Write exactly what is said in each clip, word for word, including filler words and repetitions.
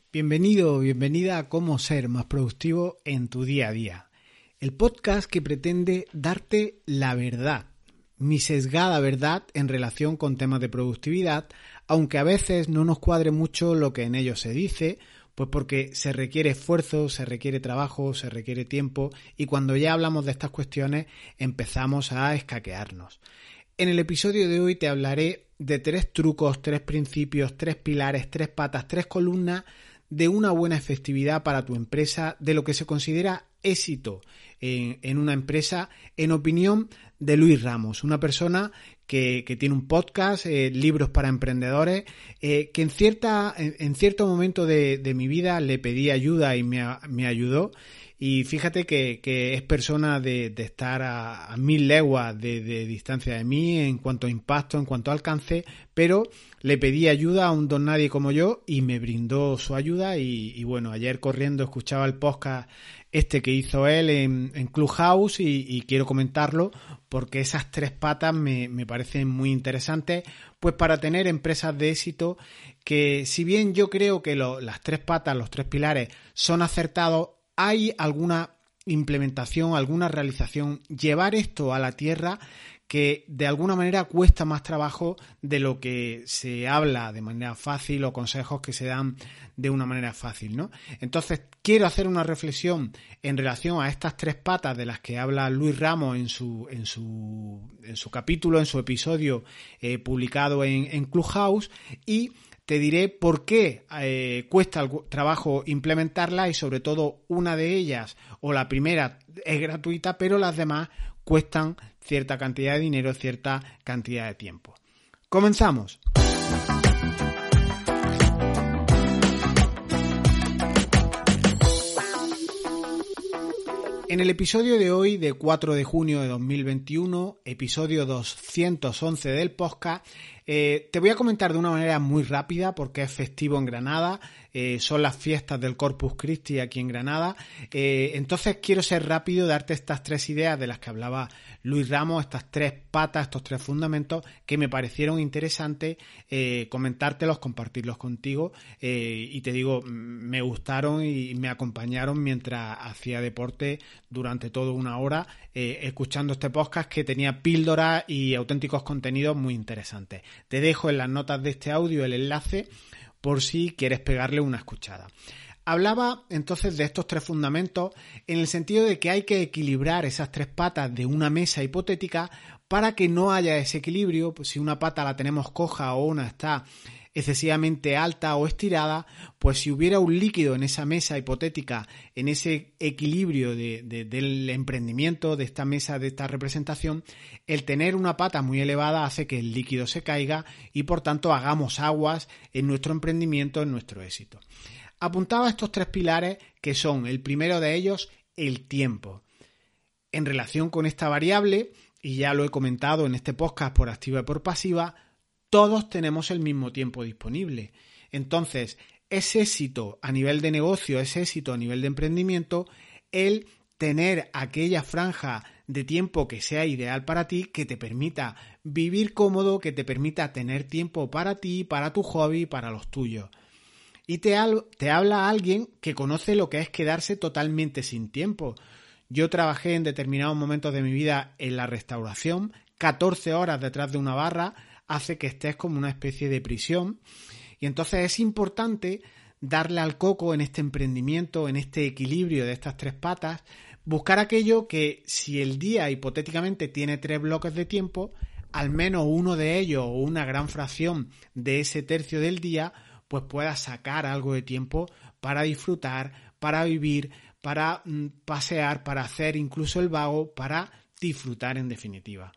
Bienvenido o bienvenida a Cómo ser más productivo en tu día a día. El podcast que pretende darte la verdad, mi sesgada verdad en relación con temas de productividad, aunque a veces no nos cuadre mucho lo que en ellos se dice, pues porque se requiere esfuerzo, se requiere trabajo, se requiere tiempo y cuando ya hablamos de estas cuestiones empezamos a escaquearnos. En el episodio de hoy te hablaré de tres trucos, tres principios, tres pilares, tres patas, tres columnas de una buena efectividad para tu empresa, de lo que se considera éxito en, en una empresa, en opinión de Luis Ramos, una persona que, que tiene un podcast, eh, libros para emprendedores, eh, que en, cierta, en, en cierto momento de, de mi vida le pedí ayuda y me, me ayudó. Y fíjate que, que es persona de, de estar a, a mil leguas de, de distancia de mí en cuanto a impacto, en cuanto a alcance, pero le pedí ayuda a un don nadie como yo y me brindó su ayuda y, y bueno, ayer corriendo escuchaba el podcast este que hizo él en, en Clubhouse y, y quiero comentarlo porque esas tres patas me, me parecen muy interesantes, pues para tener empresas de éxito que si bien yo creo que lo, las tres patas, los tres pilares son acertados, hay alguna implementación, alguna realización, llevar esto a la tierra que de alguna manera cuesta más trabajo de lo que se habla de manera fácil o consejos que se dan de una manera fácil, ¿no? Entonces, quiero hacer una reflexión en relación a estas tres patas de las que habla Luis Ramos en su, en su, en su capítulo, en su episodio eh, publicado en, en Clubhouse y te diré por qué eh, cuesta el trabajo implementarla y sobre todo una de ellas o la primera es gratuita, pero las demás cuestan cierta cantidad de dinero, cierta cantidad de tiempo. ¡Comenzamos! En el episodio de hoy, de cuatro de junio de dos mil veintiuno, episodio doscientos once del podcast, eh, te voy a comentar de una manera muy rápida porque es festivo en Granada, eh, son las fiestas del Corpus Christi aquí en Granada, eh, entonces quiero ser rápido, darte estas tres ideas de las que hablaba Luis Ramos, estas tres patas, estos tres fundamentos que me parecieron interesantes, eh, comentártelos, compartirlos contigo eh, y te digo, me gustaron y me acompañaron mientras hacía deporte durante toda una hora eh, escuchando este podcast que tenía píldoras y auténticos contenidos muy interesantes. Te dejo en las notas de este audio el enlace por si quieres pegarle una escuchada. Hablaba entonces de estos tres fundamentos en el sentido de que hay que equilibrar esas tres patas de una mesa hipotética para que no haya desequilibrio, pues si una pata la tenemos coja o una está excesivamente alta o estirada, pues si hubiera un líquido en esa mesa hipotética, en ese equilibrio de, de, del emprendimiento, de esta mesa, de esta representación, el tener una pata muy elevada hace que el líquido se caiga y por tanto hagamos aguas en nuestro emprendimiento, en nuestro éxito. Apuntaba estos tres pilares que son, el primero de ellos, el tiempo. En relación con esta variable, y ya lo he comentado en este podcast por activa y por pasiva, todos tenemos el mismo tiempo disponible. Entonces, es éxito a nivel de negocio, es éxito a nivel de emprendimiento, el tener aquella franja de tiempo que sea ideal para ti, que te permita vivir cómodo, que te permita tener tiempo para ti, para tu hobby, para los tuyos. Y te, te habla alguien que conoce lo que es quedarse totalmente sin tiempo. Yo trabajé en determinados momentos de mi vida en la restauración, catorce horas detrás de una barra, hace que estés como una especie de prisión y entonces es importante darle al coco en este emprendimiento, en este equilibrio de estas tres patas, buscar aquello que si el día hipotéticamente tiene tres bloques de tiempo, al menos uno de ellos o una gran fracción de ese tercio del día, pues puedas sacar algo de tiempo para disfrutar, para vivir, para mm, pasear, para hacer incluso el vago, para disfrutar en definitiva.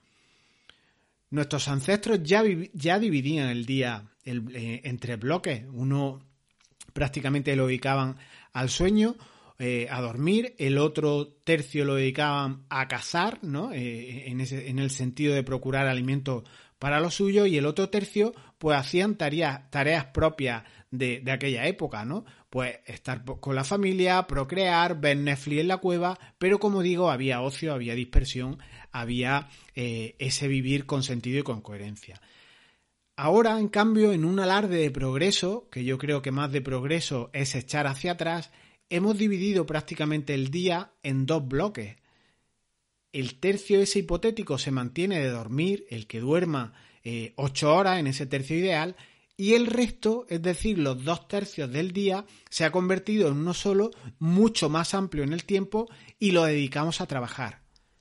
Nuestros ancestros ya, ya dividían el día el, eh, entre bloques. Uno prácticamente lo dedicaban al sueño, eh, a dormir. El otro tercio lo dedicaban a cazar, ¿no? Eh, en, ese, en el sentido de procurar alimentos para lo suyo. Y el otro tercio, pues hacían tareas, tareas propias de, de aquella época, ¿no? Pues estar con la familia, procrear, ver Netflix en la cueva, pero como digo, había ocio, había dispersión, había eh, ese vivir con sentido y con coherencia. Ahora, en cambio, en un alarde de progreso, que yo creo que más de progreso es echar hacia atrás, hemos dividido prácticamente el día en dos bloques. El tercio ese hipotético se mantiene de dormir, el que duerma eh, ocho horas en ese tercio ideal, y el resto, es decir, los dos tercios del día, se ha convertido en uno solo, mucho más amplio en el tiempo, y lo dedicamos a trabajar.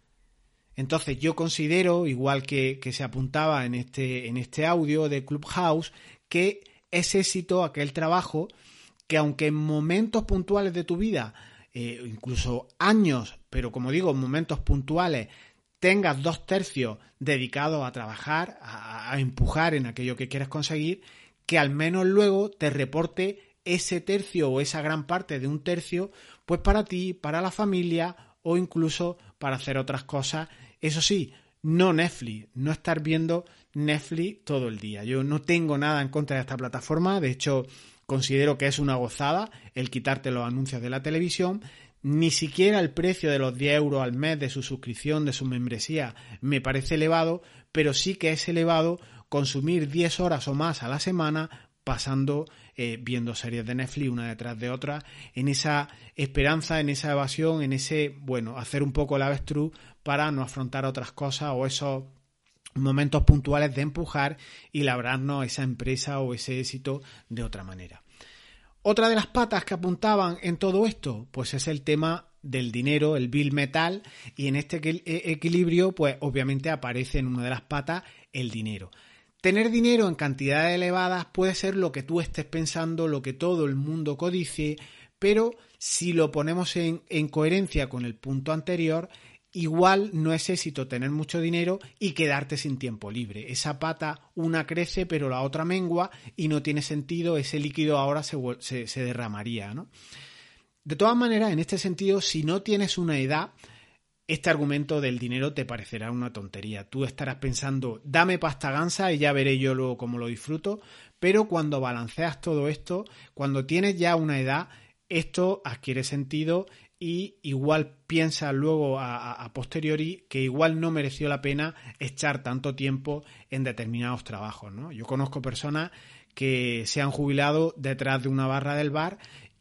Entonces yo considero, igual que, que se apuntaba en este, en este audio de Clubhouse, que es éxito aquel trabajo que, aunque en momentos puntuales de tu vida, eh, incluso años, pero como digo, en momentos puntuales, tengas dos tercios dedicados a trabajar, a, a empujar en aquello que quieres conseguir, que al menos luego te reporte ese tercio o esa gran parte de un tercio, pues para ti, para la familia o incluso para hacer otras cosas. Eso sí, no Netflix, no estar viendo Netflix todo el día. Yo no tengo nada en contra de esta plataforma, de hecho considero que es una gozada el quitarte los anuncios de la televisión. Ni siquiera el precio de los diez euros al mes de su suscripción, de su membresía, me parece elevado, pero sí que es elevado consumir diez horas o más a la semana pasando eh, viendo series de Netflix una detrás de otra, en esa esperanza, en esa evasión, en ese, bueno, hacer un poco el avestruz para no afrontar otras cosas o esos momentos puntuales de empujar y labrarnos esa empresa o ese éxito de otra manera. Otra de las patas que apuntaban en todo esto, pues es el tema del dinero, el bill metal, y en este equilibrio, pues obviamente aparece en una de las patas el dinero. Tener dinero en cantidades elevadas puede ser lo que tú estés pensando, lo que todo el mundo codicie, pero si lo ponemos en, en coherencia con el punto anterior, igual no es éxito tener mucho dinero y quedarte sin tiempo libre. Esa pata, una crece pero la otra mengua y no tiene sentido, ese líquido ahora se, se, se derramaría, ¿no? De todas maneras, en este sentido, si no tienes una edad, este argumento del dinero te parecerá una tontería. Tú estarás pensando, dame pasta gansa y ya veré yo luego cómo lo disfruto, pero cuando balanceas todo esto, cuando tienes ya una edad, esto adquiere sentido y igual piensas luego a, a, a posteriori que igual no mereció la pena echar tanto tiempo en determinados trabajos, ¿no? Yo conozco personas que se han jubilado detrás de una barra del bar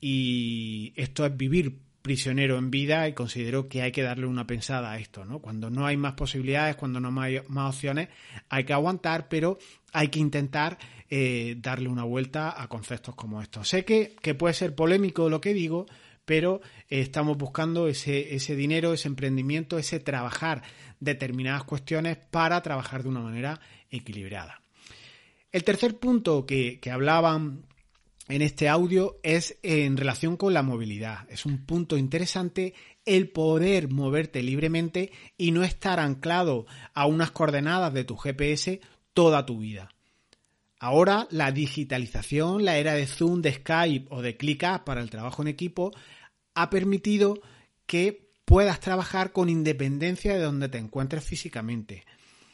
y esto es vivir prisionero en vida y considero que hay que darle una pensada a esto, ¿no? Cuando no hay más posibilidades, cuando no hay más opciones, hay que aguantar, pero hay que intentar eh, darle una vuelta a conceptos como estos. Sé que, que puede ser polémico lo que digo, pero eh, estamos buscando ese, ese dinero, ese emprendimiento, ese trabajar determinadas cuestiones para trabajar de una manera equilibrada. El tercer punto que, que hablaban en este audio es en relación con la movilidad. Es un punto interesante el poder moverte libremente y no estar anclado a unas coordenadas de tu G P S toda tu vida. Ahora la digitalización, la era de Zoom, de Skype o de ClickUp para el trabajo en equipo ha permitido que puedas trabajar con independencia de donde te encuentres físicamente.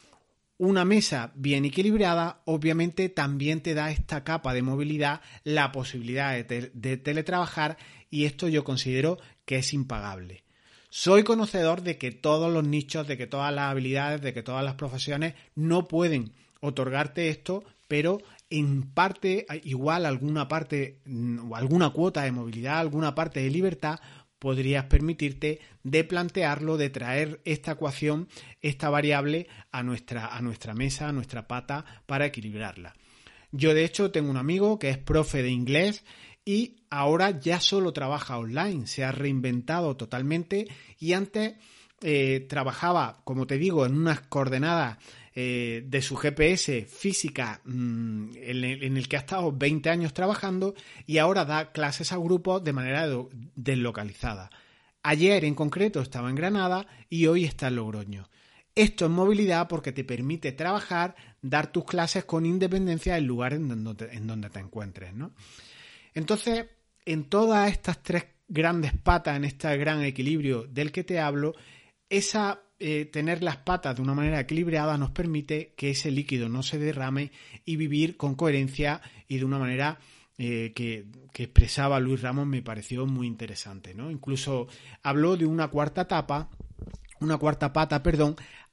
Una mesa bien equilibrada obviamente también te da esta capa de movilidad, la posibilidad de, te- de teletrabajar, y esto yo considero que es impagable. Soy conocedor de que todos los nichos, de que todas las habilidades, de que todas las profesiones no pueden otorgarte esto, pero en parte, igual alguna parte o alguna cuota de movilidad, alguna parte de libertad podrías permitirte de plantearlo, de traer esta ecuación, esta variable a nuestra, a nuestra mesa, a nuestra pata para equilibrarla. Yo de hecho tengo un amigo que es profe de inglés y ahora ya solo trabaja online, se ha reinventado totalmente y antes eh, trabajaba, como te digo, en unas coordenadas eh, de su G P S física mmm, en, el, en el que ha estado veinte años trabajando y ahora da clases a grupos de manera do, deslocalizada. Ayer en concreto estaba en Granada y hoy está en Logroño. Esto es movilidad porque te permite trabajar, dar tus clases con independencia del lugar en donde, en donde te encuentres, ¿no? Entonces, en todas estas tres grandes patas, en este gran equilibrio del que te hablo, esa eh, tener las patas de una manera equilibrada nos permite que ese líquido no se derrame y vivir con coherencia y de una manera eh, que, que expresaba Luis Ramos me pareció muy interesante, ¿no? Incluso habló de una cuarta etapa, una cuarta pata, perdón,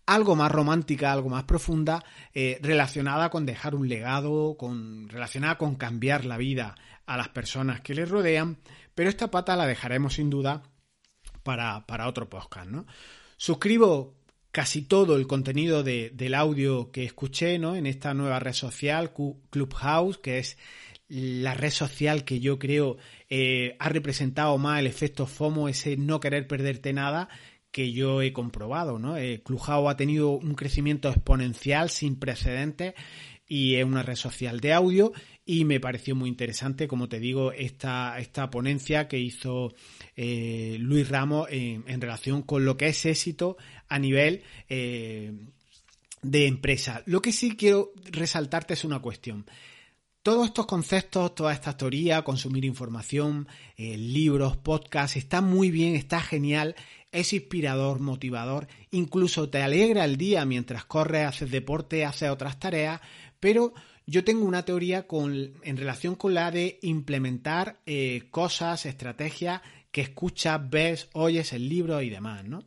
algo más romántica, algo más profunda, eh, relacionada con dejar un legado, con, relacionada con cambiar la vida a las personas que les rodean, pero esta pata la dejaremos sin duda para, para otro podcast, ¿no? Suscribo casi todo el contenido de, del audio que escuché, ¿no? En esta nueva red social, Clubhouse, que es la red social que yo creo eh, ha representado más el efecto FOMO, ese no querer perderte nada, que yo he comprobado, ¿no? Eh, Clubhouse ha tenido un crecimiento exponencial sin precedentes y es una red social de audio y me pareció muy interesante, como te digo, esta, esta ponencia que hizo eh, Luis Ramos en, en relación con lo que es éxito a nivel eh, de empresa. Lo que sí quiero resaltarte es una cuestión. Todos estos conceptos, toda esta teoría, consumir información, eh, libros, podcasts, está muy bien, está genial, es inspirador, motivador, incluso te alegra el día mientras corres, haces deporte, haces otras tareas, pero yo tengo una teoría con, en relación con la de implementar eh, cosas, estrategias que escuchas, ves, oyes en libros y demás, ¿no?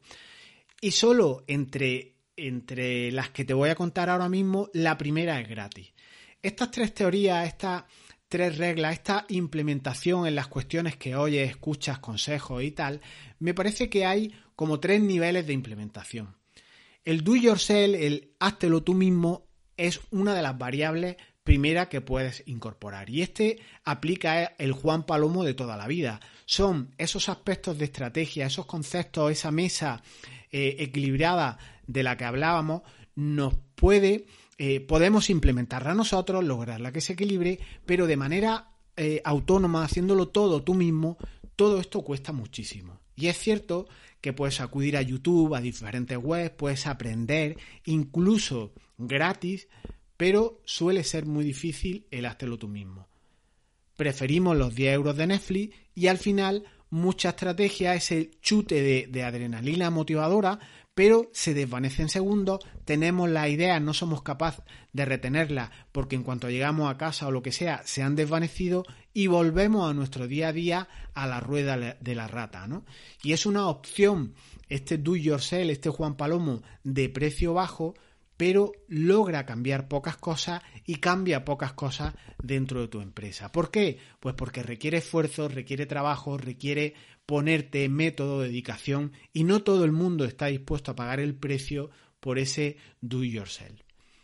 Y solo entre, entre las que te voy a contar ahora mismo, la primera es gratis. Estas tres teorías, estas tres reglas, esta implementación en las cuestiones que oyes, escuchas, consejos y tal, me parece que hay como tres niveles de implementación. El do yourself, el háztelo tú mismo, es una de las variables primeras que puedes incorporar. Y este aplica el Juan Palomo de toda la vida. Son esos aspectos de estrategia, esos conceptos, esa mesa eh, equilibrada de la que hablábamos, nos puede... Eh, podemos implementarla nosotros, lograrla que se equilibre, pero de manera eh, autónoma, haciéndolo todo tú mismo, todo esto cuesta muchísimo. Y es cierto que puedes acudir a YouTube, a diferentes webs, puedes aprender, incluso gratis, pero suele ser muy difícil el háztelo tú mismo. Preferimos los diez euros de Netflix y al final mucha estrategia, ese chute de, de adrenalina motivadora, pero se desvanece en segundos, tenemos las ideas, no somos capaces de retenerlas porque en cuanto llegamos a casa o lo que sea, se han desvanecido y volvemos a nuestro día a día a la rueda de la rata, ¿no? Y es una opción, este do yourself, este Juan Palomo de precio bajo, pero logra cambiar pocas cosas y cambia pocas cosas dentro de tu empresa. ¿Por qué? Pues porque requiere esfuerzo, requiere trabajo, requiere ponerte método, dedicación y no todo el mundo está dispuesto a pagar el precio por ese do yourself.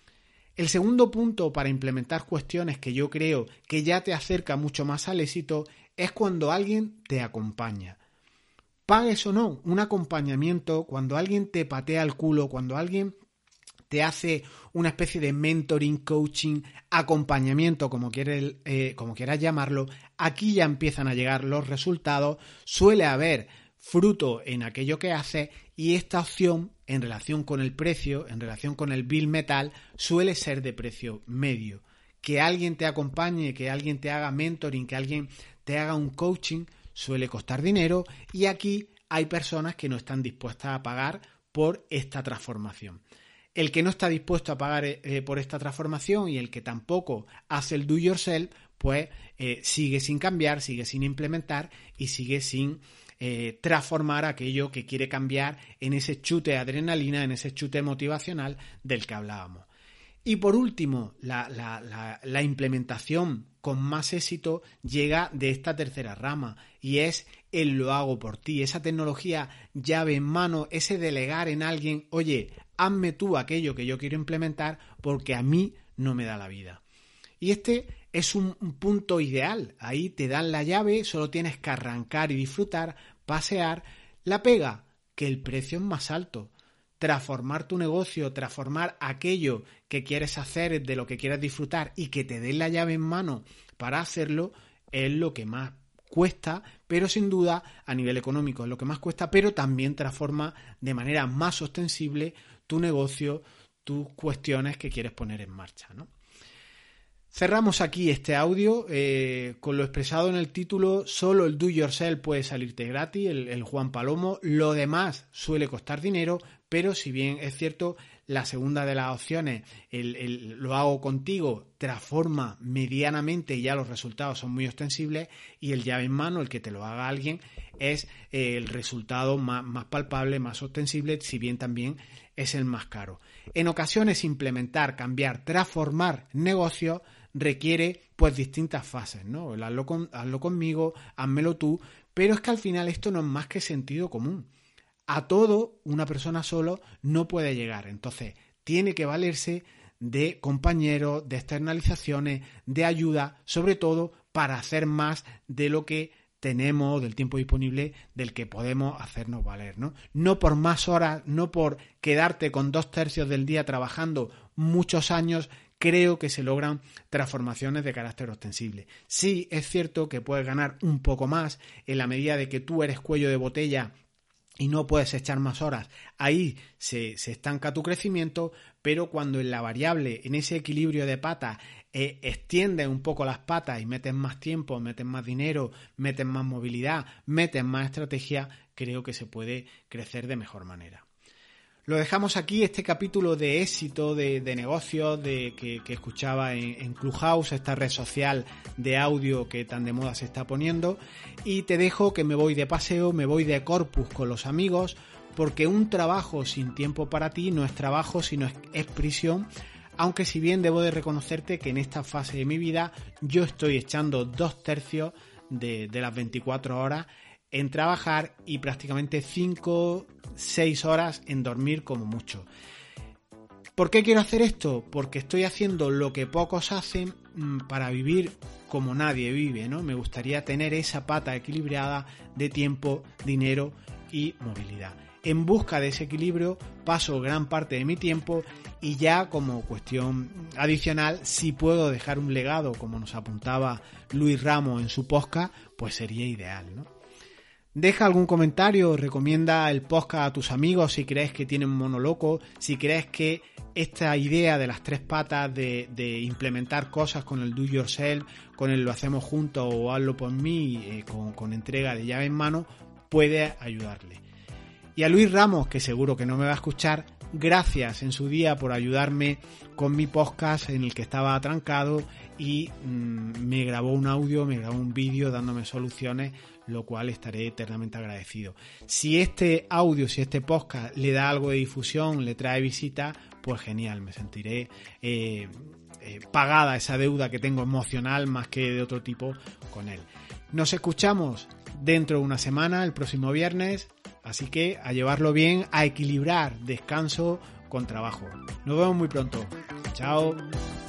El segundo punto para implementar cuestiones que yo creo que ya te acerca mucho más al éxito es cuando alguien te acompaña. Pagues o no, un acompañamiento, cuando alguien te patea el culo, cuando alguien te hace una especie de mentoring, coaching, acompañamiento, como quieres, eh, como quieras llamarlo, aquí ya empiezan a llegar los resultados, suele haber fruto en aquello que haces y esta opción en relación con el precio, en relación con el bill metal, suele ser de precio medio. Que alguien te acompañe, que alguien te haga mentoring, que alguien te haga un coaching, suele costar dinero y aquí hay personas que no están dispuestas a pagar por esta transformación. El que no está dispuesto a pagar eh, por esta transformación y el que tampoco hace el do yourself, pues eh, sigue sin cambiar, sigue sin implementar y sigue sin eh, transformar aquello que quiere cambiar en ese chute de adrenalina, en ese chute motivacional del que hablábamos. Y por último, la, la, la, la implementación con más éxito llega de esta tercera rama y es el lo hago por ti, esa tecnología llave en mano, ese delegar en alguien, oye, hazme tú aquello que yo quiero implementar porque a mí no me da la vida. Y este es un, un punto ideal, ahí te dan la llave, solo tienes que arrancar y disfrutar, pasear, la pega, que el precio es más alto. Transformar tu negocio, transformar aquello que quieres hacer, de lo que quieres disfrutar y que te den la llave en mano para hacerlo es lo que más cuesta, pero sin duda a nivel económico es lo que más cuesta, pero también transforma de manera más ostensible tu negocio, tus cuestiones que quieres poner en marcha, ¿no? Cerramos aquí este audio eh, con lo expresado en el título. Solo el do yourself puede salirte gratis, el, el Juan Palomo. Lo demás suele costar dinero, pero si bien es cierto, La segunda de las opciones, el, el, lo hago contigo, transforma medianamente y ya los resultados son muy ostensibles. Y el llave en mano, el que te lo haga alguien, es eh, el resultado más, más palpable, más ostensible, si bien también es el más caro. En ocasiones implementar, cambiar, transformar negocios requiere pues distintas fases, ¿no? El hazlo, con, hazlo conmigo, házmelo tú, pero es que al final esto no es más que sentido común. A todo una persona solo no puede llegar, entonces tiene que valerse de compañeros, de externalizaciones, de ayuda, sobre todo para hacer más de lo que tenemos, del tiempo disponible del que podemos hacernos valer, ¿no? No por más horas, no por quedarte con dos tercios del día trabajando muchos años, creo que se logran transformaciones de carácter ostensible. Sí, es cierto que puedes ganar un poco más en la medida de que tú eres cuello de botella y no puedes echar más horas, ahí se, se estanca tu crecimiento, pero cuando en la variable, en ese equilibrio de patas, eh, extiendes un poco las patas y metes más tiempo, metes más dinero, metes más movilidad, metes más estrategia, creo que se puede crecer de mejor manera. Lo dejamos aquí, este capítulo de éxito, de, de negocios, de, que, que escuchaba en, en Clubhouse, esta red social de audio que tan de moda se está poniendo, y te dejo que me voy de paseo, me voy de corpus con los amigos, porque un trabajo sin tiempo para ti no es trabajo, sino es, es prisión, aunque si bien debo de reconocerte que en esta fase de mi vida yo estoy echando dos tercios de, de las veinticuatro horas en trabajar y prácticamente cinco, seis horas en dormir como mucho. ¿Por qué quiero hacer esto? Porque estoy haciendo lo que pocos hacen para vivir como nadie vive, ¿no? Me gustaría tener esa pata equilibrada de tiempo, dinero y movilidad. En busca de ese equilibrio paso gran parte de mi tiempo y ya como cuestión adicional, si puedo dejar un legado, como nos apuntaba Luis Ramos en su podcast, pues sería ideal, ¿no? Deja algún comentario, recomienda el podcast a tus amigos si crees que tienen mono loco, si crees que esta idea de las tres patas de, de implementar cosas con el do yourself, con el lo hacemos juntos o hazlo por mí, eh, con, con entrega de llave en mano, puede ayudarle. Y a Luis Ramos, que seguro que no me va a escuchar, gracias en su día por ayudarme con mi podcast en el que estaba atrancado y mmm, me grabó un audio, me grabó un vídeo dándome soluciones, lo cual estaré eternamente agradecido. Si este audio, si este podcast le da algo de difusión, le trae visita, pues genial, me sentiré eh, eh, pagada esa deuda que tengo emocional más que de otro tipo con él. Nos escuchamos dentro de una semana, el próximo viernes, así que a llevarlo bien, a equilibrar descanso con trabajo. Nos vemos muy pronto. Chao.